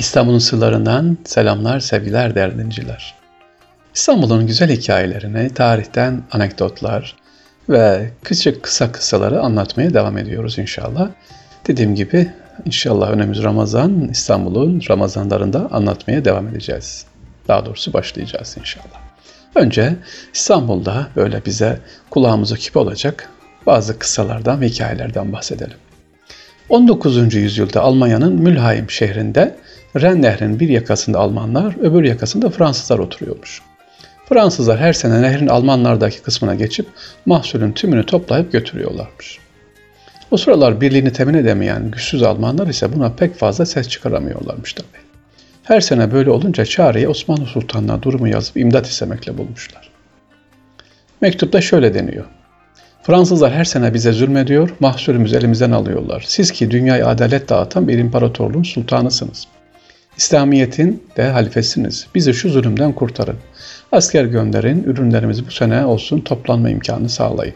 İstanbul'un sırlarından selamlar, sevgiler değerli dinleyiciler. İstanbul'un güzel hikayelerini, tarihten anekdotlar ve küçük kısa kıssaları anlatmaya devam ediyoruz inşallah. Dediğim gibi inşallah önümüz Ramazan, İstanbul'un Ramazanlarında anlatmaya devam edeceğiz. Daha doğrusu başlayacağız inşallah. Önce İstanbul'da böyle bize kulağımıza küpe olacak bazı kıssalardan ve hikayelerden bahsedelim. 19. yüzyılda Almanya'nın Mülheim şehrinde Ren Nehri'nin bir yakasında Almanlar, öbür yakasında Fransızlar oturuyormuş. Fransızlar her sene nehrin Almanlardaki kısmına geçip mahsulün tümünü toplayıp götürüyorlarmış. O sıralar birliğini temin edemeyen güçsüz Almanlar ise buna pek fazla ses çıkaramıyorlarmış tabii. Her sene böyle olunca çareyi Osmanlı Sultanı'na durumu yazıp imdat istemekle bulmuşlar. Mektupta şöyle deniyor. Fransızlar her sene bize zulmediyor, mahsulümüzü elimizden alıyorlar. Siz ki dünyaya adalet dağıtan bir imparatorluğun sultanısınız. İslamiyet'in de halifesiniz. Bizi şu zulümden kurtarın. Asker gönderin, ürünlerimizi bu sene olsun toplanma imkanı sağlayın.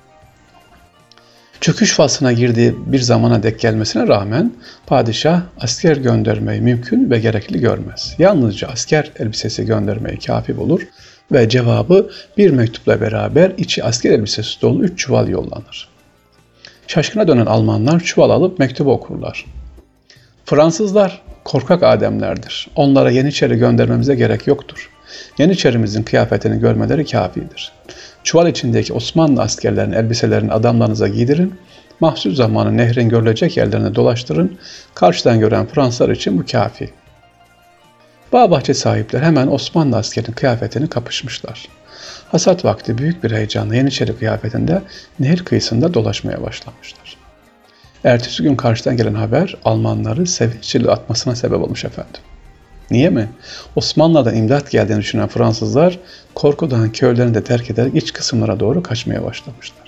Çöküş faslına girdiği bir zamana dek gelmesine rağmen padişah asker göndermeyi mümkün ve gerekli görmez. Yalnızca asker elbisesi göndermeyi kafi bulur ve cevabı bir mektupla beraber içi asker elbisesi dolu 3 çuval yollanır. Şaşkına dönen Almanlar çuval alıp mektubu okurlar. Fransızlar korkak ademlerdir. Onlara Yeniçeri göndermemize gerek yoktur. Yeniçerimizin kıyafetini görmeleri kafidir. Çuval içindeki Osmanlı askerlerinin elbiselerini adamlarınıza giydirin, mahsul zamanı nehrin görülecek yerlerine dolaştırın, karşıdan gören Fransızlar için bu kafi. Bağ bahçe sahipleri hemen Osmanlı askerinin kıyafetini kapışmışlar. Hasat vakti büyük bir heyecanla Yeniçeri kıyafetinde nehir kıyısında dolaşmaya başlamışlar. Ertesi gün karşıdan gelen haber Almanları sevinçle atmasına sebep olmuş efendim. Niye mi? Osmanlı'dan imdat geldiğini düşünen Fransızlar korkudan köylerini de terk ederek iç kısımlara doğru kaçmaya başlamışlar.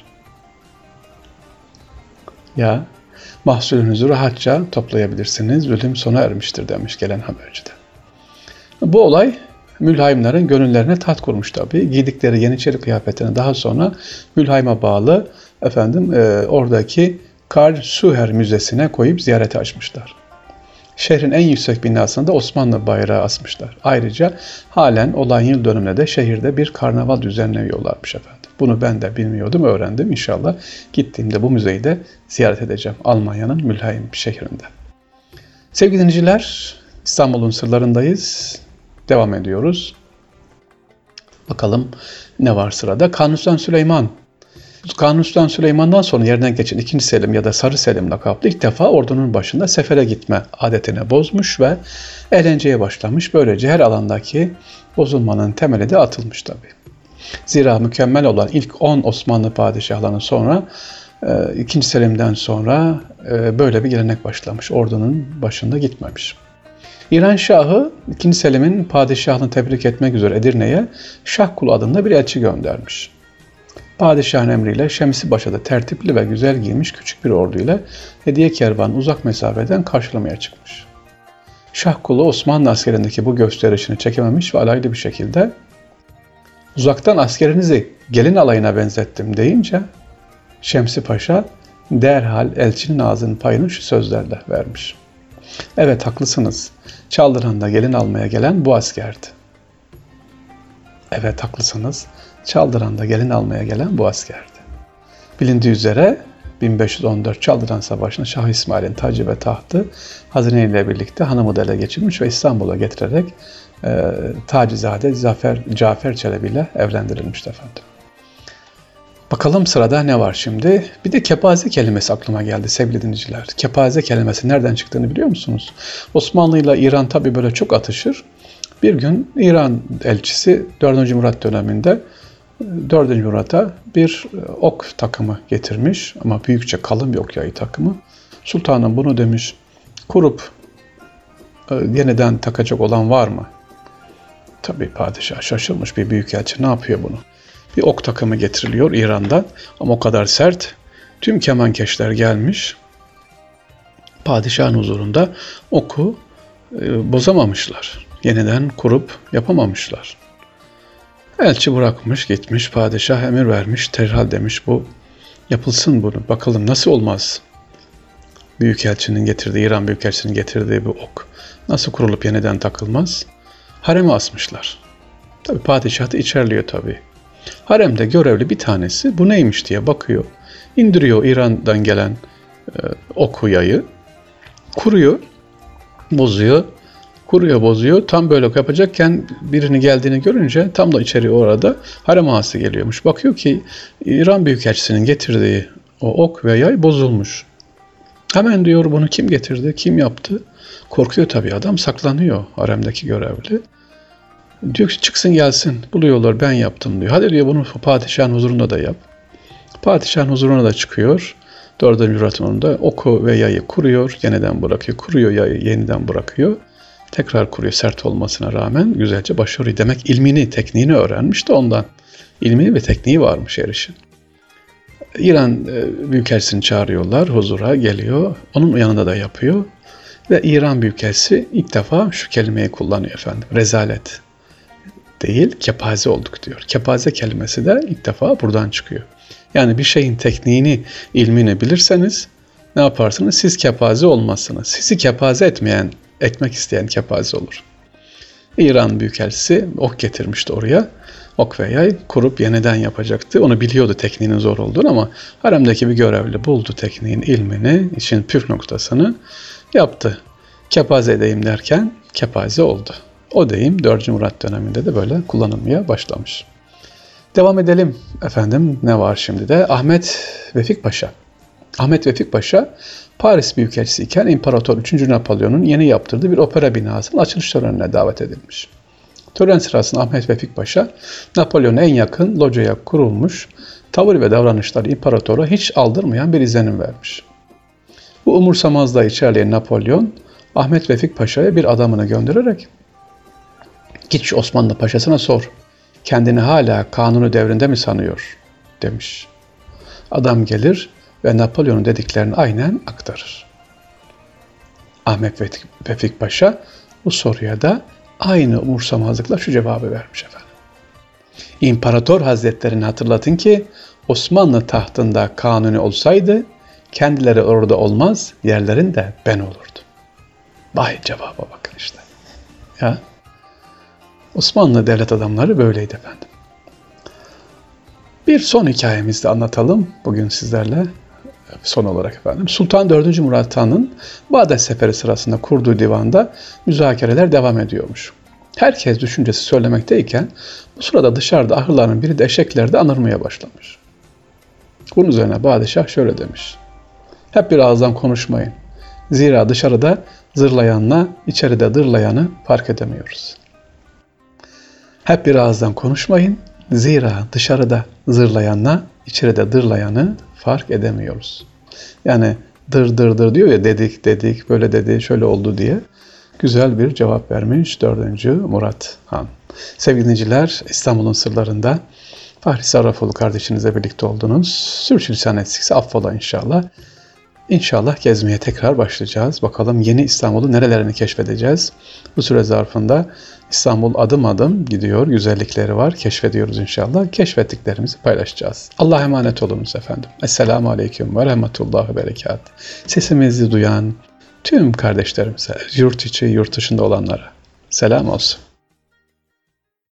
Ya mahsulünüzü rahatça toplayabilirsiniz, zulüm sona ermiştir demiş gelen habercide. Bu olay Mülheimlerin gönüllerine tat kurmuş tabii. Giydikleri Yeniçeri kıyafetini daha sonra Mülheim'e bağlı oradaki Karlsruher Müzesi'ne koyup ziyarete açmışlar. Şehrin en yüksek binasında Osmanlı bayrağı asmışlar. Ayrıca halen olayın yıl dönümüne de şehirde bir karnaval düzenliyorlarmış efendim. Bunu ben de bilmiyordum, öğrendim. İnşallah gittiğimde bu müzeyi de ziyaret edeceğim Almanya'nın Mülheim şehrinde. Sevgili dinleyiciler, İstanbul'un sırlarındayız. Devam ediyoruz. Bakalım ne var sırada? Kanuni Sultan Süleyman. Kanuni Sultan Süleyman'dan sonra yerine geçen 2. Selim ya da Sarı Selim lakaplı ilk defa ordunun başında sefere gitme adetini bozmuş ve eğlenceye başlamış. Böylece her alandaki bozulmanın temeli de atılmış tabii. Zira mükemmel olan ilk 10 Osmanlı padişahlarının sonra 2. Selim'den sonra böyle bir gelenek başlamış. Ordunun başında gitmemiş. İran Şahı 2. Selim'in padişahlığını tebrik etmek üzere Edirne'ye Şahkulu adında bir elçi göndermiş. Padişahın emriyle Şemsi Paşa'da tertipli ve güzel giymiş küçük bir orduyla hediye kervanı uzak mesafeden karşılamaya çıkmış. Şahkulu Osmanlı askerindeki bu gösterişini çekememiş ve alaylı bir şekilde uzaktan askerinizi gelin alayına benzettim deyince Şemsi Paşa derhal elçinin ağzının payını şu sözlerle vermiş. Evet haklısınız. Çaldıran'da gelin almaya gelen bu askerdi. Evet haklısınız. Çaldıran'da gelin almaya gelen bu askerdi. Bilindiği üzere 1514 Çaldıran Savaşı'nda Şah İsmail'in tacı ve tahtı Hazine ile birlikte hanımı da ele geçirmiş ve İstanbul'a getirerek Tacizade Cafer Çelebi ile evlendirilmişti efendim. Bakalım sırada ne var şimdi? Bir de kepaze kelimesi aklıma geldi sevgili dinleyiciler. Kepaze kelimesi nereden çıktığını biliyor musunuz? Osmanlı ile İran tabii böyle çok atışır. Bir gün İran elçisi 4. Murat döneminde 4. Murat'a bir ok takımı getirmiş ama büyükçe kalın bir ok yayı takımı. Sultanım bunu demiş kurup yeniden takacak olan var mı? Tabii padişah şaşırmış, bir büyükelçi ne yapıyor bunu? Bir ok takımı getiriliyor İran'dan ama o kadar sert. Tüm kemankeşler gelmiş. Padişahın huzurunda oku bozamamışlar. Yeniden kurup yapamamışlar. Elçi bırakmış gitmiş, padişah emir vermiş, terhal demiş bu yapılsın bunu, bakalım nasıl olmaz. Büyükelçinin getirdiği, İran Büyükelçinin getirdiği bu ok nasıl kurulup yeniden takılmaz? Hareme asmışlar. Tabi padişah da içerliyor tabi. Haremde görevli bir tanesi bu neymiş diye bakıyor. İndiriyor İran'dan gelen oku yayı. Kuruyor, bozuyor. Kuruyor, bozuyor. Tam böyle yapacakken birini geldiğini görünce tam da içeri orada harem ağası geliyormuş. Bakıyor ki İran Büyükelçisi'nin getirdiği o ok ve yay bozulmuş. Hemen diyor bunu kim getirdi, kim yaptı? Korkuyor tabii adam, saklanıyor haremdeki görevli. Diyor ki çıksın gelsin, buluyorlar ben yaptım diyor. Hadi diyor bunu padişahın huzurunda da yap. Padişahın huzuruna da çıkıyor. 4. Murat'ın önünde oku ve yayı kuruyor, yeniden bırakıyor. Kuruyor yayı, yeniden bırakıyor. Tekrar kuruyor sert olmasına rağmen güzelce başarıyor. Demek ilmini, tekniğini öğrenmiş de ondan. İlmini ve tekniği varmış her işin. İran Büyükelçisini çağırıyorlar, huzura geliyor. Onun yanında da yapıyor. Ve İran Büyükelçisi ilk defa şu kelimeyi kullanıyor efendim. Rezalet değil, kepaze olduk diyor. Kepaze kelimesi de ilk defa buradan çıkıyor. Yani bir şeyin tekniğini, ilmini bilirseniz ne yaparsınız? Siz kepaze olmazsınız. Sizi kepaze etmek isteyen kepaze olur. İran Büyükelçisi ok getirmişti oraya. Ok ve yay kurup yeniden yapacaktı. Onu biliyordu tekniğinin zor olduğunu ama haremdeki bir görevli buldu tekniğin ilmini, işin püf noktasını yaptı. Kepaze edeyim derken kepaze oldu. O deyim 4. Murat döneminde de böyle kullanılmaya başlamış. Devam edelim efendim. Ne var şimdi de? Ahmet Vefik Paşa. Ahmet Vefik Paşa Paris Büyükelçisi iken İmparator 3. Napolyon'un yeni yaptırdığı bir opera binasının açılış törenine davet edilmiş. Tören sırasında Ahmet Vefik Paşa, Napolyon'a en yakın locaya kurulmuş, tavır ve davranışları imparatora hiç aldırmayan bir izlenim vermiş. Bu umursamazlığa içerleyen Napolyon, Ahmet Vefik Paşa'ya bir adamını göndererek, "Git şu Osmanlı Paşasına sor, kendini hala Kanuni devrinde mi sanıyor?" demiş. Adam gelir ve Napolyon'un dediklerini aynen aktarır. Ahmet Vefik Paşa bu soruya da aynı umursamazlıkla şu cevabı vermiş efendim. İmparator Hazretlerini hatırlatın ki Osmanlı tahtında Kanuni olsaydı kendileri orada olmaz, yerlerinde ben olurdum. Vay cevaba bakın işte. Ya Osmanlı devlet adamları böyleydi efendim. Bir son hikayemizi de anlatalım bugün sizlerle. Son olarak efendim. Sultan 4. Murat Han'ın Bağdat Seferi sırasında kurduğu divanda müzakereler devam ediyormuş. Herkes düşüncesi söylemekteyken bu sırada dışarıda ahırların biri de eşeklerde anırmaya başlamış. Bunun üzerine padişah şöyle demiş. Hep bir ağızdan konuşmayın. Zira dışarıda zırlayanla içeride dırlayanı fark edemiyoruz. Hep bir ağızdan konuşmayın. Zira dışarıda zırlayanla içeride dırlayanı fark edemiyoruz. Yani dır diyor ya, dedik böyle dedi şöyle oldu diye güzel bir cevap vermiş 4. Murat Han. Sevgili dinleyiciler, İstanbul'un sırlarında Fahri Sarrafoğlu kardeşinizle birlikte oldunuz. Sürçülisan etsikse affola inşallah. İnşallah gezmeye tekrar başlayacağız. Bakalım yeni İstanbul'un nerelerini keşfedeceğiz. Bu süre zarfında İstanbul adım adım gidiyor. Güzellikleri var. Keşfediyoruz inşallah. Keşfettiklerimizi paylaşacağız. Allah'a emanet olunuz efendim. Esselamu Aleyküm ve Rahmetullah ve Berekat. Sesimizi duyan tüm kardeşlerimize, yurt içi, yurt dışında olanlara selam olsun.